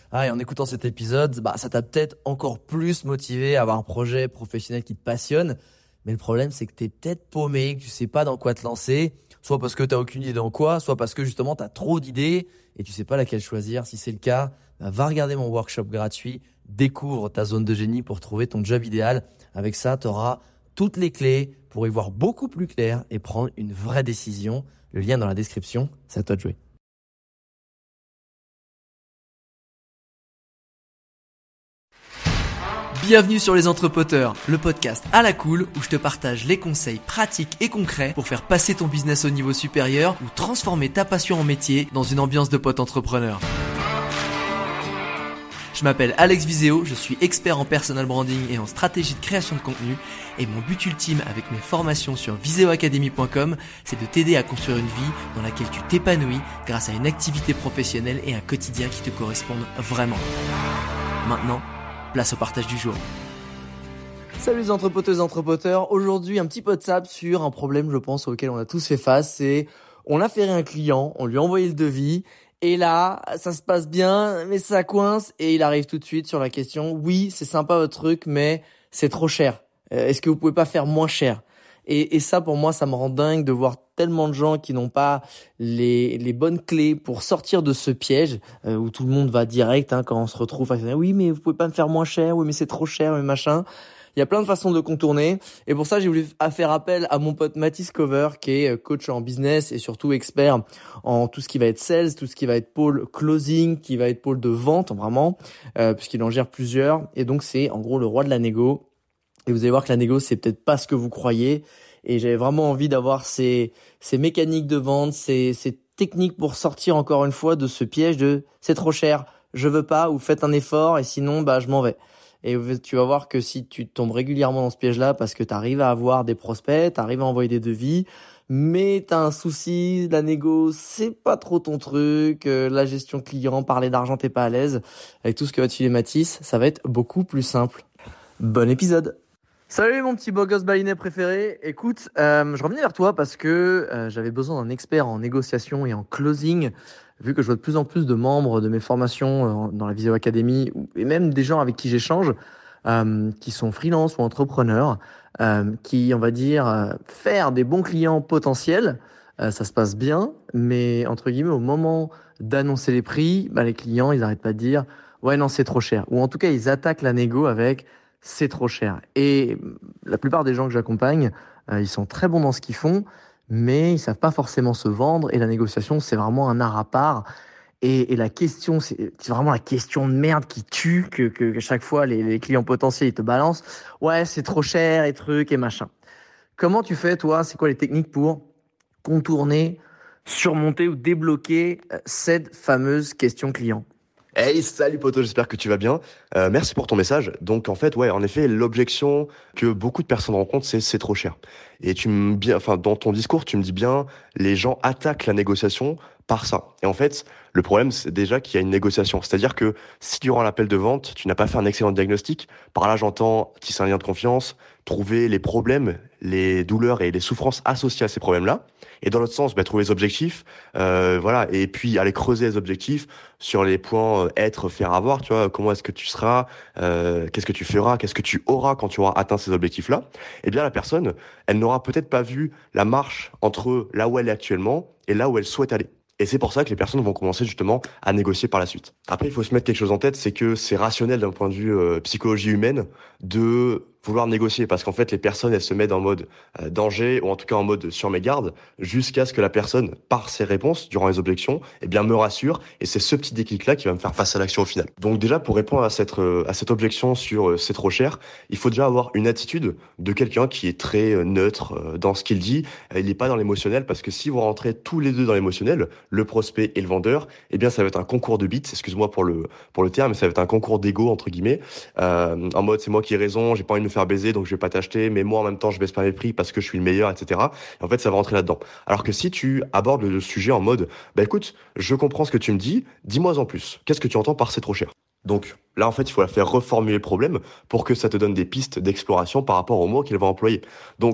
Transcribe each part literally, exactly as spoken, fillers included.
Ah, et en écoutant cet épisode, bah, ça t'a peut-être encore plus motivé à avoir un projet professionnel qui te passionne. Mais le problème, c'est que t'es peut-être paumé, que tu sais pas dans quoi te lancer. Soit parce que t'as aucune idée dans quoi, soit parce que justement t'as trop d'idées et tu sais pas laquelle choisir. Si c'est le cas, bah, va regarder mon workshop gratuit. Découvre ta zone de génie pour trouver ton job idéal. Avec ça, t'auras toutes les clés pour y voir beaucoup plus clair et prendre une vraie décision. Le lien dans la description, c'est à toi de jouer. Bienvenue sur Les Entrepoteurs, le podcast à la cool où je te partage les conseils pratiques et concrets pour faire passer ton business au niveau supérieur ou transformer ta passion en métier dans une ambiance de pote entrepreneur. Je m'appelle Alex Viseo, je suis expert en personal branding et en stratégie de création de contenu et mon but ultime avec mes formations sur viseo academy point com, c'est de t'aider à construire une vie dans laquelle tu t'épanouis grâce à une activité professionnelle et un quotidien qui te correspondent vraiment. Maintenant, place au partage du jour. Salut les entrepoteuses et entrepoteurs. Aujourd'hui, un petit WhatsApp sur un problème, je pense, auquel on a tous fait face. C'est, on a ferré un client, on lui a envoyé le devis. Et là, ça se passe bien, mais ça coince. Et il arrive tout de suite sur la question, oui, c'est sympa votre truc, mais c'est trop cher. Euh, est-ce que vous pouvez pas faire moins cher ? Et, et ça, pour moi, ça me rend dingue de voir tellement de gens qui n'ont pas les, les bonnes clés pour sortir de ce piège euh, où tout le monde va direct hein, quand on se retrouve. Oui, mais vous pouvez pas me faire moins cher. Oui, mais c'est trop cher, mais machin. Il y a plein de façons de le contourner. Et pour ça, j'ai voulu faire appel à mon pote Mathis Cover, qui est coach en business et surtout expert en tout ce qui va être sales, tout ce qui va être pôle closing, qui va être pôle de vente, vraiment, euh, puisqu'il en gère plusieurs. Et donc, c'est en gros le roi de la négo. Et vous allez voir que la négo, c'est peut-être pas ce que vous croyez. Et j'avais vraiment envie d'avoir ces, ces mécaniques de vente, ces, ces techniques pour sortir encore une fois de ce piège de c'est trop cher, je veux pas, ou faites un effort et sinon, bah, je m'en vais. Et tu vas voir que si tu tombes régulièrement dans ce piège-là parce que tu arrives à avoir des prospects, tu arrives à envoyer des devis, mais tu as un souci, la négo, c'est pas trop ton truc, euh, la gestion client, parler d'argent, t'es pas à l'aise. Avec tout ce que va te filer Mathis, ça va être beaucoup plus simple. Bon épisode. Salut mon petit beau gosse balinais préféré. Écoute, euh, je revenais vers toi parce que euh, j'avais besoin d'un expert en négociation et en closing, vu que je vois de plus en plus de membres de mes formations euh, dans la Viseo Academy et même des gens avec qui j'échange, euh, qui sont freelance ou entrepreneurs, euh, qui, on va dire, euh, faire des bons clients potentiels, euh, ça se passe bien, mais entre guillemets, au moment d'annoncer les prix, bah, les clients, ils n'arrêtent pas de dire « ouais, non, c'est trop cher ». Ou en tout cas, ils attaquent la négo avec « c'est trop cher ». Et la plupart des gens que j'accompagne, euh, ils sont très bons dans ce qu'ils font, mais ils savent pas forcément se vendre. Et la négociation, c'est vraiment un art à part. Et, et la question, c'est, c'est vraiment la question de merde qui tue, que, que, que chaque fois les, les clients potentiels ils te balancent. Ouais, c'est trop cher et trucs et machin. Comment tu fais, toi ? C'est quoi les techniques pour contourner, surmonter ou débloquer euh, cette fameuse question client ? Hey, salut poto, j'espère que tu vas bien. Euh, merci pour ton message. Donc en fait, ouais, en effet, l'objection que beaucoup de personnes rencontrent, c'est c'est trop cher. Et tu me bien, enfin dans ton discours, tu me dis bien, les gens attaquent la négociation par ça. Et en fait, le problème, c'est déjà qu'il y a une négociation. C'est-à-dire que si durant l'appel de vente, tu n'as pas fait un excellent diagnostic, par là j'entends tisser un lien de confiance, trouver les problèmes, les douleurs et les souffrances associées à ces problèmes-là. Et dans l'autre sens, bah, trouver les objectifs, euh, voilà, et puis aller creuser les objectifs sur les points euh, être, faire, avoir, tu vois, comment est-ce que tu seras, euh, qu'est-ce que tu feras, qu'est-ce que tu auras quand tu auras atteint ces objectifs-là. Eh bien, la personne, elle n'aura peut-être pas vu la marche entre là où elle est actuellement et là où elle souhaite aller. Et c'est pour ça que les personnes vont commencer justement à négocier par la suite. Après, il faut se mettre quelque chose en tête, c'est que c'est rationnel d'un point de vue euh, psychologie humaine de vouloir négocier, parce qu'en fait, les personnes, elles se mettent en mode euh, danger, ou en tout cas en mode sur mes gardes, jusqu'à ce que la personne, par ses réponses, durant les objections, eh bien, me rassure, et c'est ce petit déclic-là qui va me faire passer à l'action au final. Donc déjà, pour répondre à cette, euh, à cette objection sur euh, c'est trop cher, il faut déjà avoir une attitude de quelqu'un qui est très euh, neutre euh, dans ce qu'il dit, il n'est pas dans l'émotionnel, parce que si vous rentrez tous les deux dans l'émotionnel, le prospect et le vendeur, eh bien, ça va être un concours de bits, excuse-moi pour le, pour le terme, mais ça va être un concours d'ego, entre guillemets, euh, en mode c'est moi qui ai raison, j'ai pas envie de me faire baiser, donc je vais pas t'acheter, mais moi en même temps je baisse pas mes prix parce que je suis le meilleur, et cetera. Et en fait, ça va rentrer là-dedans. Alors que si tu abordes le sujet en mode, bah écoute, je comprends ce que tu me dis, dis-moi en plus. Qu'est-ce que tu entends par c'est trop cher ? Donc là, en fait, il faut la faire reformuler le problème pour que ça te donne des pistes d'exploration par rapport aux mots qu'elle va employer. Donc,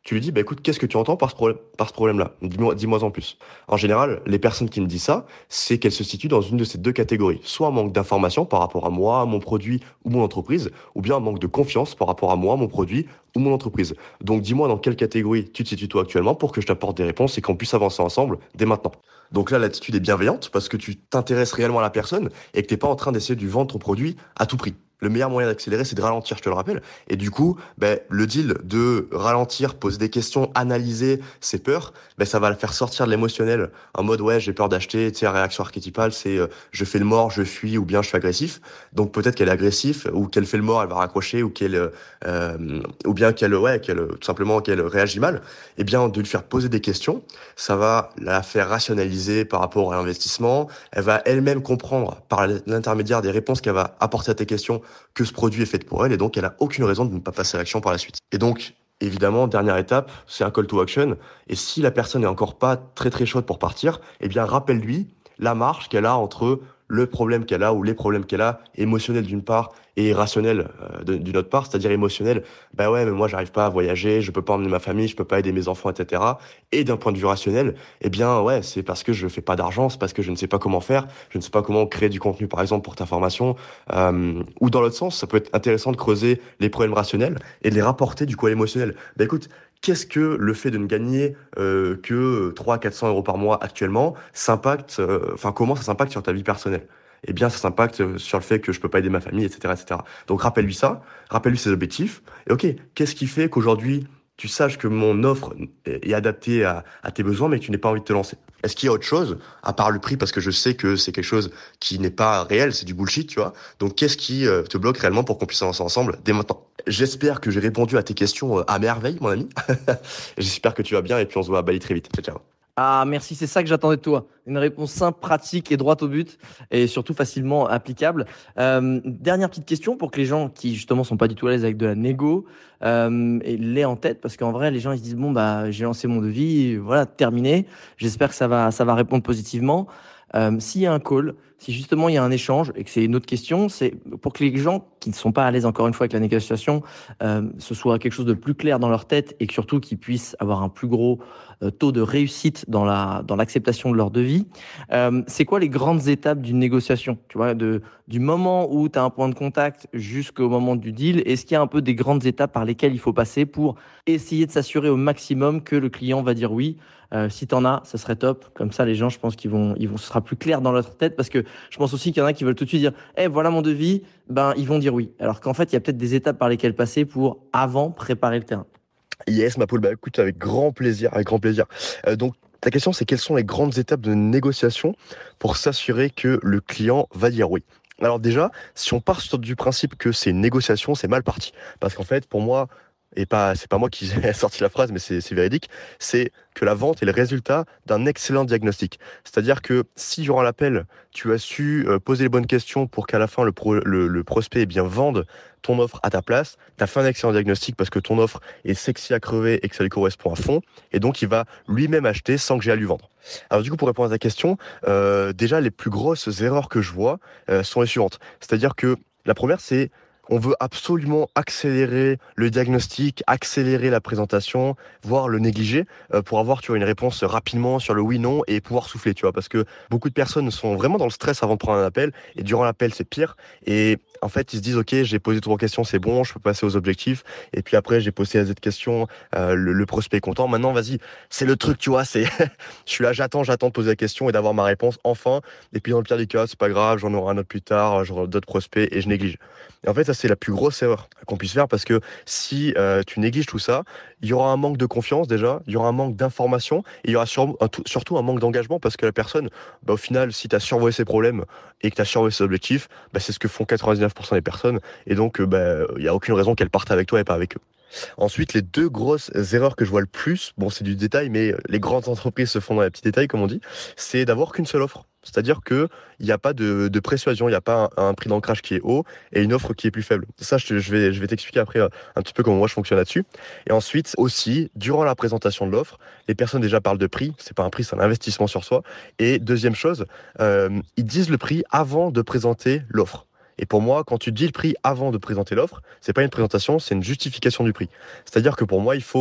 Tu lui dis, bah écoute, qu'est-ce que tu entends par ce problème, par ce problème-là? Dis-moi, dis-moi en plus. En général, les personnes qui me disent ça, c'est qu'elles se situent dans une de ces deux catégories. Soit un manque d'information par rapport à moi, mon produit ou mon entreprise, ou bien un manque de confiance par rapport à moi, mon produit ou mon entreprise. Donc dis-moi dans quelle catégorie tu te situes toi actuellement pour que je t'apporte des réponses et qu'on puisse avancer ensemble dès maintenant. Donc là, l'attitude est bienveillante parce que tu t'intéresses réellement à la personne et que t'es pas en train d'essayer de lui vendre ton produit à tout prix. Le meilleur moyen d'accélérer, c'est de ralentir, je te le rappelle. Et du coup, ben, le deal de ralentir, poser des questions, analyser ses peurs, ben, ça va le faire sortir de l'émotionnel en mode ouais, j'ai peur d'acheter, tu sais, la réaction archétypale, c'est euh, je fais le mort, je fuis ou bien je suis agressif. Donc peut-être qu'elle est agressive ou qu'elle fait le mort, elle va raccrocher ou qu'elle euh, ou bien qu'elle ouais, qu'elle tout simplement qu'elle réagit mal. Eh bien, de lui faire poser des questions, ça va la faire rationaliser par rapport à l'investissement. Elle va elle-même comprendre par l'intermédiaire des réponses qu'elle va apporter à tes questions que ce produit est fait pour elle et donc elle a aucune raison de ne pas passer à l'action par la suite. Et donc, évidemment, dernière étape, c'est un call to action. Et si la personne n'est encore pas très très chaude pour partir, eh bien rappelle-lui la marge qu'elle a entre le problème qu'elle a ou les problèmes qu'elle a, émotionnel d'une part et rationnel euh, de- d'une autre part, c'est-à-dire émotionnel, bah ouais, mais moi j'arrive pas à voyager, je peux pas emmener ma famille, je peux pas aider mes enfants, et cetera. Et d'un point de vue rationnel, eh bien ouais, c'est parce que je fais pas d'argent, c'est parce que je ne sais pas comment faire, je ne sais pas comment créer du contenu par exemple pour ta formation, euh, ou dans l'autre sens, ça peut être intéressant de creuser les problèmes rationnels et de les rapporter du coup à l'émotionnel. Bah écoute, qu'est-ce que le fait de ne gagner euh, que trois à quatre cents euros par mois actuellement s'impacte, euh, enfin comment ça s'impacte sur ta vie personnelle? Eh bien, ça s'impacte euh, sur le fait que je peux pas aider ma famille, et cetera, et cetera. Donc rappelle-lui ça, rappelle-lui ses objectifs. Et ok, qu'est-ce qui fait qu'aujourd'hui tu saches que mon offre est adaptée à, à tes besoins, mais que tu n'aies pas envie de te lancer? Est-ce qu'il y a autre chose à part le prix, parce que je sais que c'est quelque chose qui n'est pas réel, c'est du bullshit, tu vois. Donc qu'est-ce qui euh, te bloque réellement pour qu'on puisse avancer ensemble dès maintenant? J'espère que j'ai répondu à tes questions euh, à merveille, mon ami. J'espère que tu vas bien et puis on se voit à Bali très vite. Ciao, ciao. Ah, merci, c'est ça que j'attendais de toi. Une réponse simple, pratique et droite au but, et surtout facilement applicable. Euh, dernière petite question pour que les gens qui justement sont pas du tout à l'aise avec de la négo euh, et l'aient en tête, parce qu'en vrai, les gens ils se disent bon bah j'ai lancé mon devis, voilà terminé. J'espère que ça va ça va répondre positivement. Euh, s'il y a un call, si justement il y a un échange et que c'est une autre question, c'est pour que les gens qui ne sont pas à l'aise encore une fois avec la négociation, euh, ce soit quelque chose de plus clair dans leur tête et que surtout qu'ils puissent avoir un plus gros euh, taux de réussite dans la dans l'acceptation de leur devis. Euh, c'est quoi les grandes étapes d'une négociation? Tu vois, de du moment où tu as un point de contact jusqu'au moment du deal, est-ce qu'il y a un peu des grandes étapes par lesquelles il faut passer pour essayer de s'assurer au maximum que le client va dire oui? Euh, si t'en as, ça serait top. Comme ça, les gens, je pense qu'ils vont, ils vont, ce sera plus clair dans leur tête parce que je pense aussi qu'il y en a qui veulent tout de suite dire, eh, voilà mon devis. Ben, ils vont dire oui. Alors qu'en fait, il y a peut-être des étapes par lesquelles passer pour avant préparer le terrain. Yes, ma poule, bah écoute, avec grand plaisir, avec grand plaisir. Euh, donc, ta question, c'est quelles sont les grandes étapes de négociation pour s'assurer que le client va dire oui? Alors déjà, si on part sur du principe que c'est une négociation, c'est mal parti. Parce qu'en fait, pour moi, et pas, c'est pas moi qui ai sorti la phrase, mais c'est c'est véridique, c'est que la vente est le résultat d'un excellent diagnostic. C'est-à-dire que si durant l'appel, tu as su euh, poser les bonnes questions pour qu'à la fin, le, pro- le, le prospect eh bien, vende ton offre à ta place, tu as fait un excellent diagnostic parce que ton offre est sexy à crever et que ça lui correspond à fond, et donc il va lui-même acheter sans que j'ai à lui vendre. Alors du coup, pour répondre à ta question, euh, déjà, les plus grosses erreurs que je vois euh, sont les suivantes. C'est-à-dire que la première, c'est on veut absolument accélérer le diagnostic, accélérer la présentation, voire le négliger euh, pour avoir tu vois une réponse rapidement sur le oui non et pouvoir souffler, tu vois, parce que beaucoup de personnes sont vraiment dans le stress avant de prendre un appel et durant l'appel c'est pire et en fait ils se disent ok j'ai posé toutes vos questions c'est bon je peux passer aux objectifs et puis après j'ai posé à cette question euh, le, le prospect est content maintenant vas-y c'est le truc tu vois c'est je suis là j'attends j'attends de poser la question et d'avoir ma réponse enfin et puis dans le pire des cas c'est pas grave j'en aurai un autre plus tard j'aurai d'autres prospects et je néglige. Et en fait, ça, c'est la plus grosse erreur qu'on puisse faire parce que si euh, tu négliges tout ça, il y aura un manque de confiance déjà, il y aura un manque d'information et il y aura sur- un- tout- surtout un manque d'engagement parce que la personne, bah, au final, si tu as survolé ses problèmes et que tu as survolé ses objectifs, bah, c'est ce que font quatre-vingt-dix-neuf pour cent des personnes et donc euh, bah, il n'y a aucune raison qu'elles partent avec toi et pas avec eux. Ensuite, les deux grosses erreurs que je vois le plus, bon, c'est du détail, mais les grandes entreprises se font dans les petits détails, comme on dit, c'est d'avoir qu'une seule offre. C'est-à-dire qu'il n'y a pas de, de persuasion, il n'y a pas un, un prix d'ancrage qui est haut et une offre qui est plus faible. Ça, je, te- je vais, je vais t'expliquer après euh, un petit peu comment moi je fonctionne là-dessus. Et ensuite, aussi, durant la présentation de l'offre, les personnes déjà parlent de prix. C'est pas un prix, c'est un investissement sur soi. Et deuxième chose, euh, ils disent le prix avant de présenter l'offre. Et pour moi, quand tu dis le prix avant de présenter l'offre, c'est pas une présentation, c'est une justification du prix. C'est-à-dire que pour moi, il faut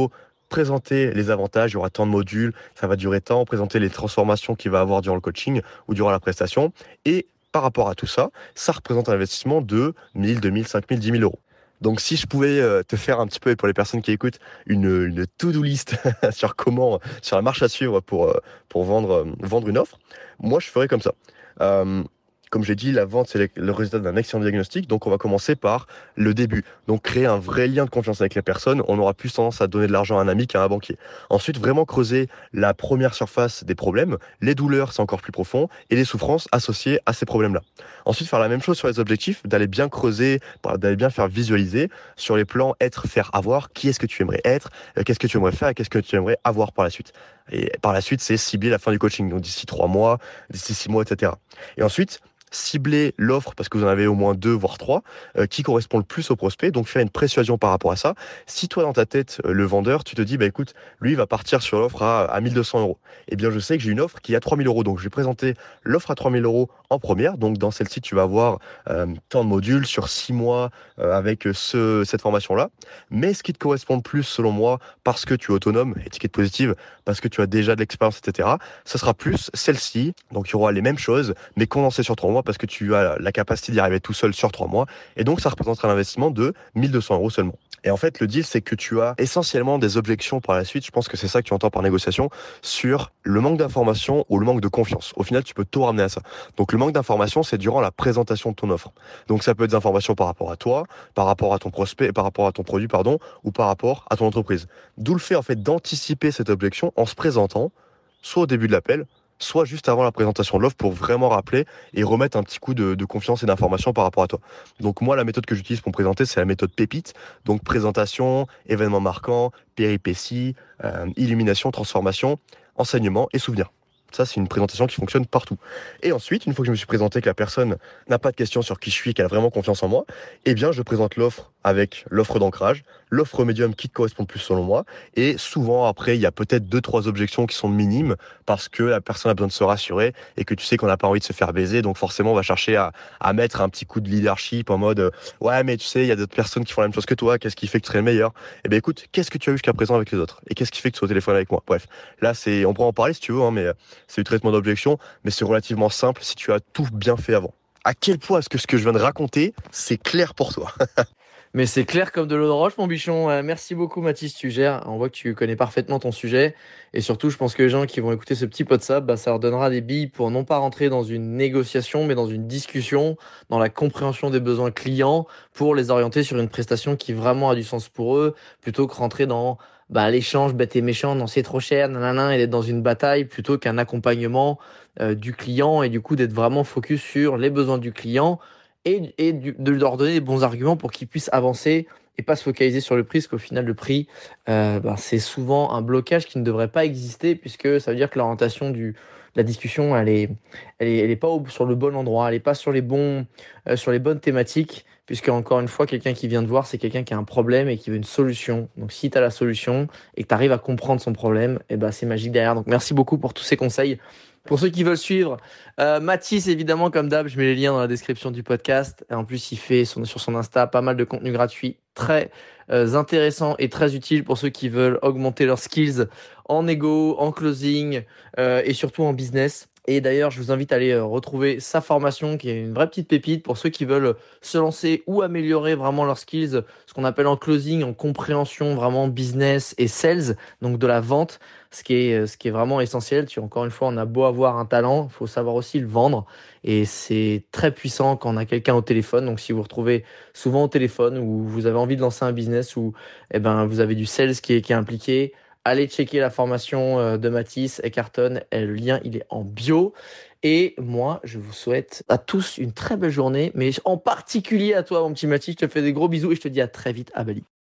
présenter les avantages, il y aura tant de modules, ça va durer tant, présenter les transformations qu'il va avoir durant le coaching ou durant la prestation. Et par rapport à tout ça, ça représente un investissement de mille, deux mille, cinq mille, dix mille euros. Donc si je pouvais euh, te faire un petit peu, et pour les personnes qui écoutent, une, une to-do list sur comment, sur la marche à suivre pour, euh, pour vendre, euh, vendre une offre, moi je ferais comme ça. Euh, Comme j'ai dit, la vente, c'est le résultat d'un excellent diagnostic. Donc, on va commencer par le début. Donc, créer un vrai lien de confiance avec les personnes. On aura plus tendance à donner de l'argent à un ami qu'à un banquier. Ensuite, vraiment creuser la première surface des problèmes. Les douleurs, c'est encore plus profond. Et les souffrances associées à ces problèmes-là. Ensuite, faire la même chose sur les objectifs, d'aller bien creuser, d'aller bien faire visualiser sur les plans être, faire, avoir. Qui est-ce que tu aimerais être? Qu'est-ce que tu aimerais faire? Et qu'est-ce que tu aimerais avoir par la suite? Et par la suite, c'est cibler la fin du coaching. Donc, d'ici trois mois, d'ici six mois, et cetera. Et ensuite, cibler l'offre parce que vous en avez au moins deux voire trois euh, qui correspond le plus au prospect, donc faire une persuasion par rapport à ça. Si toi dans ta tête euh, le vendeur, tu te dis bah écoute, lui il va partir sur l'offre à, à mille deux cents euros, eh bien je sais que j'ai une offre qui est à trois mille euros, donc je vais présenter l'offre à trois mille euros en première. Donc dans celle-ci tu vas avoir euh, tant de modules sur six mois euh, avec ce, cette formation là, mais ce qui te correspond le plus selon moi, parce que tu es autonome, étiquette positive, parce que tu as déjà de l'expérience, etc., ce sera plus celle-ci. Donc il y aura les mêmes choses mais condensées sur trois mois, parce que tu as la capacité d'y arriver tout seul sur trois mois. Et donc, ça représentera un investissement de mille deux cents euros seulement. Et en fait, le deal, c'est que tu as essentiellement des objections par la suite. Je pense que c'est ça que tu entends par négociation, sur le manque d'information ou le manque de confiance. Au final, tu peux tout ramener à ça. Donc, le manque d'information, c'est durant la présentation de ton offre. Donc, ça peut être des informations par rapport à toi, par rapport à ton prospect, par rapport à ton produit, pardon, ou par rapport à ton entreprise. D'où le fait, en fait, d'anticiper cette objection en se présentant, soit au début de l'appel, soit juste avant la présentation de l'offre, pour vraiment rappeler et remettre un petit coup de, de confiance et d'information par rapport à toi. Donc moi, la méthode que j'utilise pour me présenter, c'est la méthode pépite. Donc présentation, événement marquant, péripéties, euh, illumination, transformation, enseignement et souvenir. Ça, c'est une présentation qui fonctionne partout. Et ensuite, une fois que je me suis présenté, que la personne n'a pas de questions sur qui je suis, qu'elle a vraiment confiance en moi, eh bien, je présente l'offre avec l'offre d'ancrage, l'offre médium qui te correspond le plus selon moi. Et souvent, après, il y a peut-être deux, trois objections qui sont minimes parce que la personne a besoin de se rassurer et que tu sais qu'on n'a pas envie de se faire baiser. Donc, forcément, on va chercher à, à mettre un petit coup de leadership en mode, euh, ouais, mais tu sais, il y a d'autres personnes qui font la même chose que toi. Qu'est-ce qui fait que tu serais le meilleur? Eh bien, écoute, qu'est-ce que tu as eu jusqu'à présent avec les autres? Et qu'est-ce qui fait que tu es au téléphone avec moi? Bref, là, c'est, on pourra en parler si tu veux, hein, mais c'est du traitement d'objection, mais c'est relativement simple si tu as tout bien fait avant. À quel point est-ce que ce que je viens de raconter, c'est clair pour toi? Mais c'est clair comme de l'eau de roche, mon bichon. Euh, merci beaucoup, Mathis. Tu gères. On voit que tu connais parfaitement ton sujet. Et surtout, je pense que les gens qui vont écouter ce petit podcast, bah, ça leur donnera des billes pour non pas rentrer dans une négociation, mais dans une discussion, dans la compréhension des besoins clients, pour les orienter sur une prestation qui vraiment a du sens pour eux, plutôt que rentrer dans bah, l'échange bête et méchant, non, c'est trop cher, nanana, et d'être dans une bataille, plutôt qu'un accompagnement euh, du client, et du coup d'être vraiment focus sur les besoins du client et, et du- de leur donner les bons arguments pour qu'ils puissent avancer et pas se focaliser sur le prix, parce qu'au final, le prix, euh, ben, c'est souvent un blocage qui ne devrait pas exister, puisque ça veut dire que l'orientation du, de la discussion, elle est, elle est, elle est pas au- sur le bon endroit, elle est pas sur les bons, euh, sur les bonnes thématiques, puisque encore une fois, quelqu'un qui vient te voir, c'est quelqu'un qui a un problème et qui veut une solution. Donc, si tu as la solution et que tu arrives à comprendre son problème, et ben, c'est magique derrière. Donc, merci beaucoup pour tous ces conseils. Pour ceux qui veulent suivre, euh, Mathis, évidemment, comme d'hab, je mets les liens dans la description du podcast. Et en plus, il fait son- sur son Insta pas mal de contenu gratuit, très euh, intéressant et très utile pour ceux qui veulent augmenter leurs skills en négo, en closing euh, et surtout en business. Et d'ailleurs, je vous invite à aller euh, retrouver sa formation, qui est une vraie petite pépite pour ceux qui veulent se lancer ou améliorer vraiment leurs skills, ce qu'on appelle en closing, en compréhension vraiment business et sales, donc de la vente, ce qui est, ce qui est vraiment essentiel. Tu, encore une fois, on a beau avoir un talent, il faut savoir aussi le vendre. Et c'est très puissant quand on a quelqu'un au téléphone. Donc, si vous vous retrouvez souvent au téléphone ou vous avez envie de lancer un business où eh ben, vous avez du sales qui est, qui est impliqué, allez checker la formation euh, de Mathis Eckarton. Et le lien, il est en bio. Et moi, je vous souhaite à tous une très belle journée, mais en particulier à toi, mon petit Mathis. Je te fais des gros bisous et je te dis à très vite à Bali.